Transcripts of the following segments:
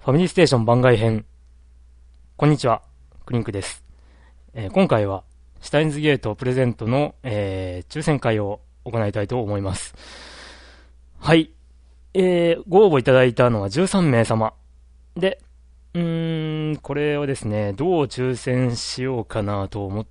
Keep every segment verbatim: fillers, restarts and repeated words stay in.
ファミリーステーション番外編。こんにちは、クリンクです。えー、今回は、シュタインズゲートプレゼントの、えー、抽選会を行いたいと思います。はい。えー、ご応募いただいたのはじゅうさんめい様。で、うーん、これをですね、どう抽選しようかなと思って、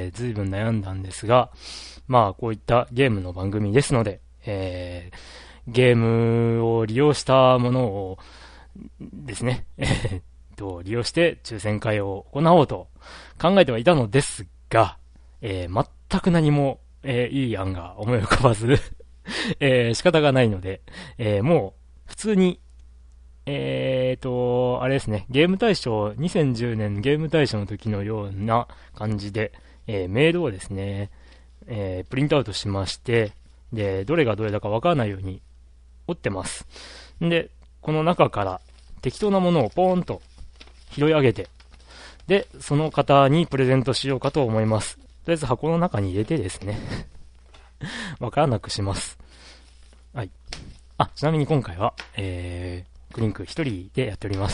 ずいぶん悩んだんですが、まあ、こういったゲームの番組ですので、えー、ゲームを利用したものを、ですね、えーっと、利用して抽選会を行おうと考えてはいたのですが、えー、全く何も、えー、いい案が思い浮かばず、えー、仕方がないので、えー、もう、普通に、えーと、あれですね、ゲーム大賞、にせんじゅうねんゲーム大賞の時のような感じで、えー、メールをですね、えー、プリントアウトしまして、で、どれがどれだかわからないように折ってます。で、この中から適当なものをポーンと拾い上げて、で、その方にプレゼントしようかと思います。とりあえず箱の中に入れてですね、わからなくします。はい。あ、ちなみに今回は、えー、クリンク一人でやっております。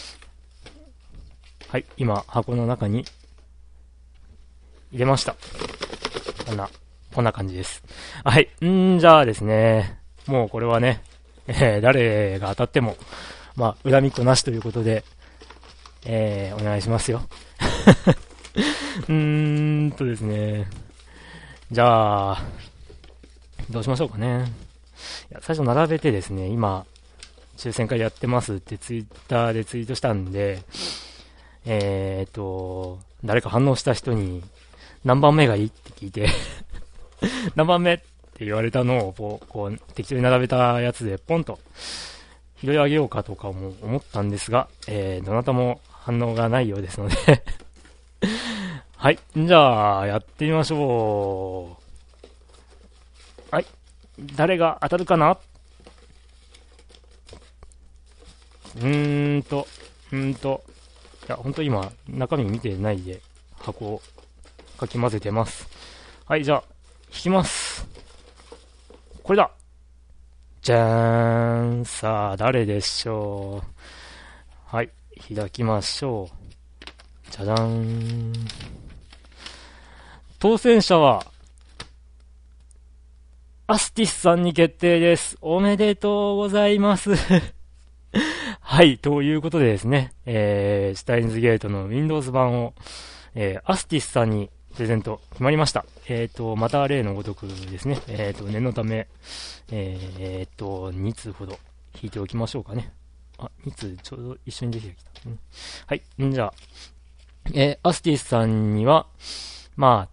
はい、今箱の中に入れました。こんな、こんな感じです。はい、んーじゃあですね、もうこれはね、えー、誰が当たっても、まあ、恨みっこなしということで、えー、お願いしますよ。うーんとですね。じゃあ、どうしましょうかね。いや、最初並べてですね、今、抽選会やってますってツイッターでツイートしたんで、えーと、誰か反応した人に、何番目がいいって聞いて、何番目って言われたのをこう、こう適当に並べたやつでポンと拾い上げようかとかも思ったんですが、えー、どなたも反応がないようですのではい。じゃあ、やってみましょう。はい。誰が当たるかな。うーんと、うーんと、いや、ほんと今、中身見てないで、箱をかき混ぜてます。はい、じゃあ、引きます。これだ。じゃーん。さあ、誰でしょう。はい、開きましょう。じゃじゃーん。当選者は、アスティスさんに決定です。おめでとうございます。はい、ということでですね、えー、シュタインズゲートの Windows 版を、えー、アスティスさんにプレゼント決まりました。えっ、ー、と、また例のごとくですね、えっ、ー、と、念のため、えっ、ー、と、に通ほど引いておきましょうかね。あ、に通ちょうど一緒にできてきた、ね。はい、んじゃあ、えー、アスティスさんには、まあ、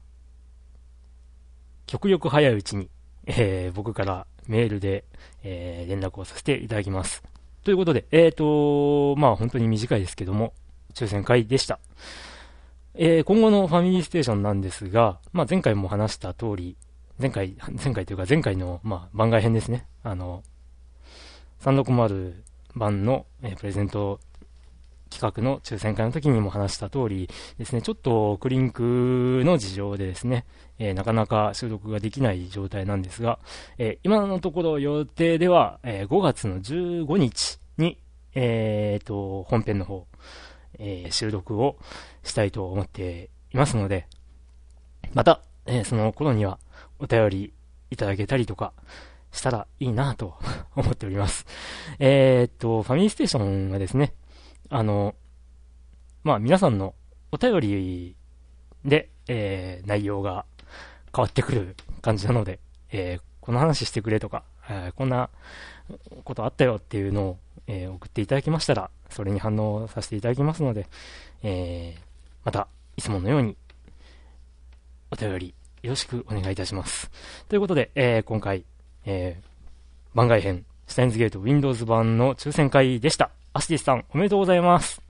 極力早いうちに、えー、僕からメールで、えー、連絡をさせていただきます。ということで、えーと、まあ本当に短いですけども、抽選会でした。えー、今後のファミリーステーションなんですが、まあ前回も話した通り、前回、前回というか前回の、まあ番外編ですね。あの、さんびゃくろくじゅう版の、えー、プレゼント企画の抽選会の時にも話した通りですね、ちょっとクリンクの事情でですね、えー、なかなか収録ができない状態なんですが、えー、今のところ予定では、えー、ごがつのじゅうごにちに、えーと、本編の方、えー、収録をしたいと思っていますので、また、えー、その頃にはお便りいただけたりとかしたらいいなと思っております。えーと、ファミリーステーションはですね、あの、まあ皆さんのお便りで、えー、内容が変わってくる感じなので、えー、この話してくれとか、えー、こんなことあったよっていうのを、えー、送っていただきましたら、それに反応させていただきますので、えー、また、いつものように、お便りよろしくお願いいたします。ということで、えー、今回、えー、番外編、シュタインズゲート Windows 版の抽選会でした。アスティスさん、おめでとうございます。